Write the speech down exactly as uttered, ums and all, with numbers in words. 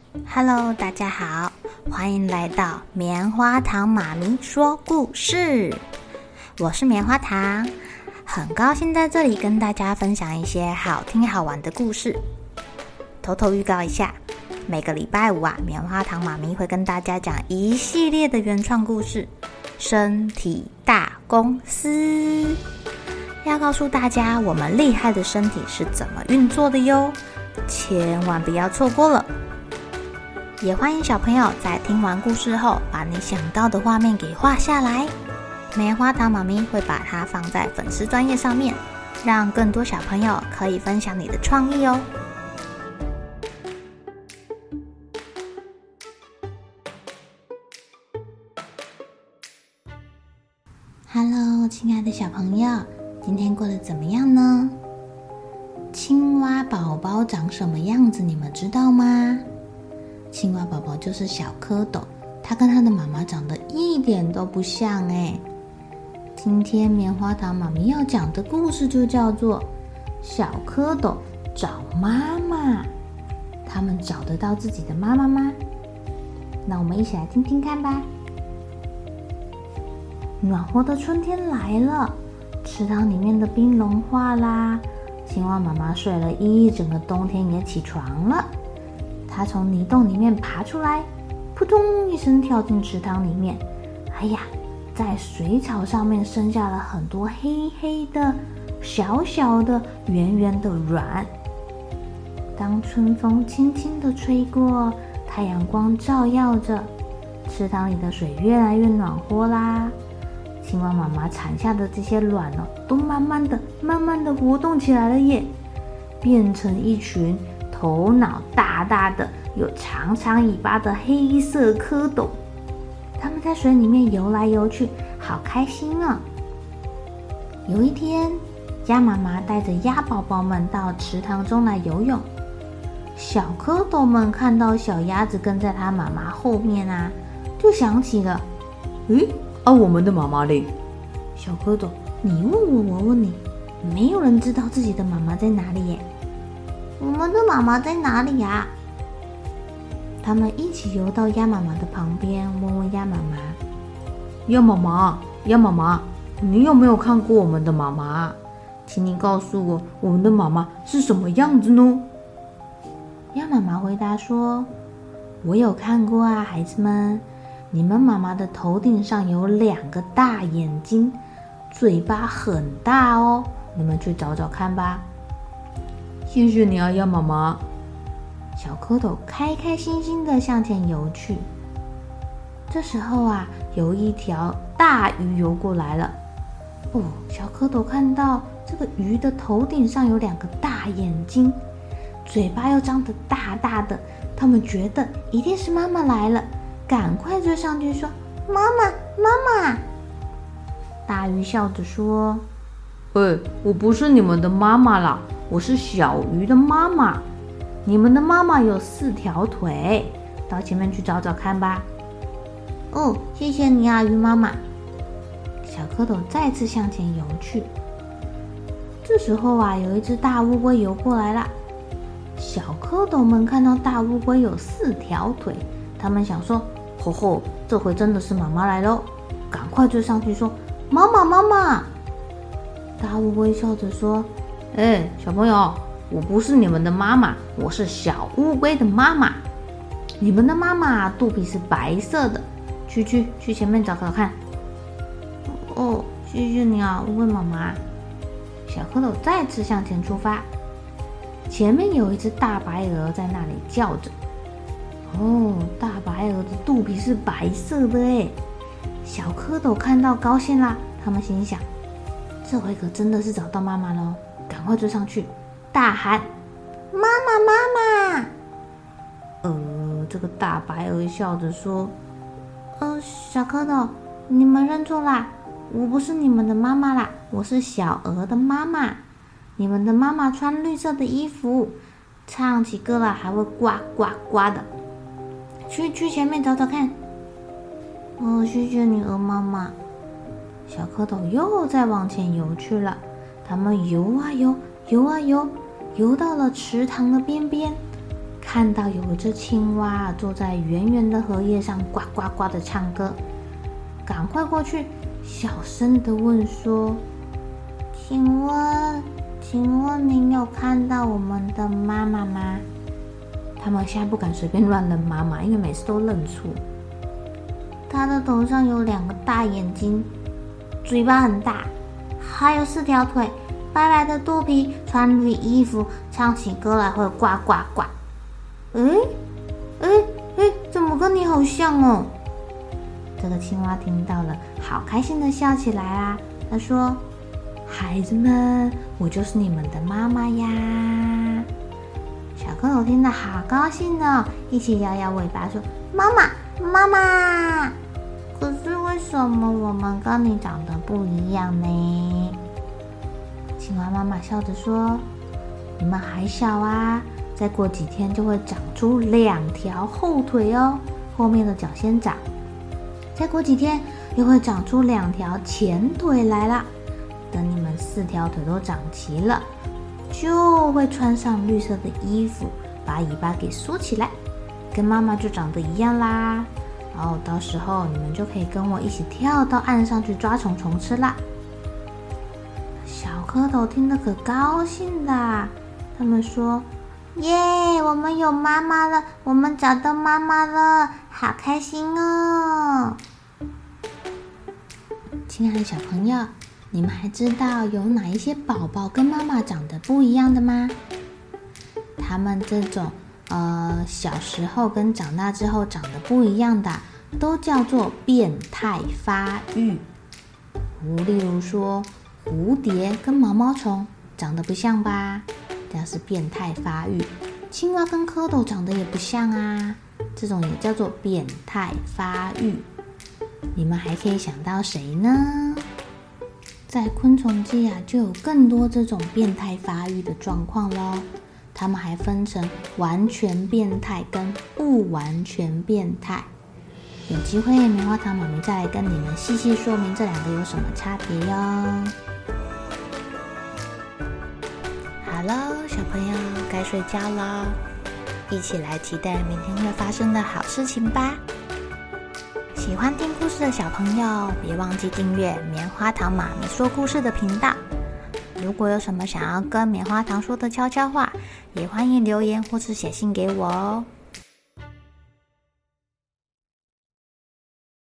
Hello， 大家好，欢迎来到棉花糖妈咪说故事。我是棉花糖，很高兴在这里跟大家分享一些好听好玩的故事。偷偷预告一下，每个礼拜五啊，棉花糖妈咪会跟大家讲一系列的原创故事。身体大公司要告诉大家我们厉害的身体是怎么运作的哟，千万不要错过了。也欢迎小朋友在听完故事后，把你想到的画面给画下来。棉花糖妈咪会把它放在粉丝专页上面，让更多小朋友可以分享你的创意哦。Hello， 亲爱的小朋友，今天过得怎么样呢？青蛙宝宝长什么样子，你们知道吗？青蛙宝宝就是小蝌蚪，它跟它的妈妈长得一点都不像诶。今天棉花糖妈咪要讲的故事就叫做小蝌蚪找妈妈。他们找得到自己的妈妈吗？那我们一起来听听看吧。暖和的春天来了，池塘里面的冰融化啦，青蛙妈妈睡了一整个冬天也起床了。它从泥洞里面爬出来，扑通一声跳进池塘里面。哎呀，在水草上面生下了很多黑黑的、小小的、圆圆的卵。当春风轻轻地吹过，太阳光照耀着，池塘里的水越来越暖和啦。青蛙妈妈产下的这些卵哦，都慢慢的、慢慢的活动起来了耶，变成一群头脑大大的、有长长尾巴的黑色蝌蚪。它们在水里面游来游去，好开心啊！有一天，鸭妈妈带着鸭宝宝们到池塘中来游泳。小蝌蚪们看到小鸭子跟在它妈妈后面啊，就想起了，诶，啊，我们的妈妈嘞？小蝌蚪，你问我，我问你，没有人知道自己的妈妈在哪里耶。我们的妈妈在哪里呀？他们一起游到鸭妈妈的旁边，问问鸭妈妈：“鸭妈妈，鸭妈妈，你有没有看过我们的妈妈？请你告诉我，我们的妈妈是什么样子呢？”鸭妈妈回答说：“我有看过啊，孩子们，你们妈妈的头顶上有两个大眼睛，嘴巴很大哦，你们去找找看吧。”谢谢你啊，鸭妈妈。小蝌蚪开开心心地向前游去。这时候啊，有一条大鱼游过来了。哦，小蝌蚪看到这个鱼的头顶上有两个大眼睛，嘴巴又张得大大的，他们觉得一定是妈妈来了，赶快追上去说：“妈妈，妈妈！”大鱼笑着说：“喂，我不是你们的妈妈啦，我是小鱼的妈妈。你们的妈妈有四条腿，到前面去找找看吧。”哦，谢谢你啊，鱼妈妈。小蝌蚪再次向前游去。这时候啊，有一只大乌龟游过来了。小蝌蚪们看到大乌龟有四条腿，他们想说：“吼吼，这回真的是妈妈来喽！”赶快追上去说：“妈妈，妈妈！”大乌龟笑着说：“哎，小朋友，我不是你们的妈妈，我是小乌龟的妈妈。你们的妈妈肚皮是白色的，去去去前面找找看。”哦，谢谢你啊，乌龟妈妈。小蝌蚪再次向前出发，前面有一只大白鹅在那里叫着。哦，大白鹅的肚皮是白色的诶。小蝌蚪看到高兴啦，他们心想：这回可真的是找到妈妈咯，赶快追上去，大喊：“妈妈，妈妈！”呃，这个大白鹅笑着说：“呃，小蝌蚪，你们认错啦，我不是你们的妈妈啦，我是小鹅的妈妈。你们的妈妈穿绿色的衣服，唱起歌来还会呱呱呱的。去去前面找找看。”哦，谢谢你，鹅妈妈。小蝌蚪又再往前游去了。他们游啊游，游啊游，游到了池塘的边边， 看到有一只青蛙坐在圆圆的荷叶上，呱呱呱的唱歌，赶快过去，小声的问说：“请问，请问您有看到我们的妈妈吗？”他们现在不敢随便乱认妈妈，因为每次都认错。她的头上有两个大眼睛，嘴巴很大，还有四条腿，白白的肚皮，穿绿衣服，唱起歌来会呱呱呱。哎哎哎，怎么跟你好像哦？这个青蛙听到了，好开心的笑起来啊！他说：“孩子们，我就是你们的妈妈呀！”小蝌蚪听得好高兴哦，一起摇摇尾巴说：“妈妈，妈妈！可是为什么我们跟你长得不一样呢？”青蛙妈妈笑着说：“你们还小啊，再过几天就会长出两条后腿哦，后面的脚先长。再过几天又会长出两条前腿来啦。等你们四条腿都长齐了，就会穿上绿色的衣服，把尾巴给梳起来，跟妈妈就长得一样啦。然后到时候你们就可以跟我一起跳到岸上去抓虫虫吃啦。”小蝌蚪听得可高兴啦，他们说：“耶，我们有妈妈了，我们找到妈妈了，好开心哦！”亲爱的小朋友，你们还知道有哪一些宝宝跟妈妈长得不一样的吗？他们这种呃小时候跟长大之后长得不一样的，都叫做变态发育。例如说蝴蝶跟毛毛虫长得不像吧，这是变态发育。青蛙跟蝌蚪长得也不像啊，这种也叫做变态发育。你们还可以想到谁呢？在昆虫界啊，就有更多这种变态发育的状况咯。它们还分成完全变态跟不完全变态。有机会棉花糖妈咪再来跟你们细细说明这两个有什么差别哟。好喽，小朋友该睡觉咯，一起来期待明天会发生的好事情吧。喜欢听故事的小朋友，别忘记订阅棉花糖妈咪说故事的频道。如果有什么想要跟棉花糖说的悄悄话，也欢迎留言或是写信给我哦。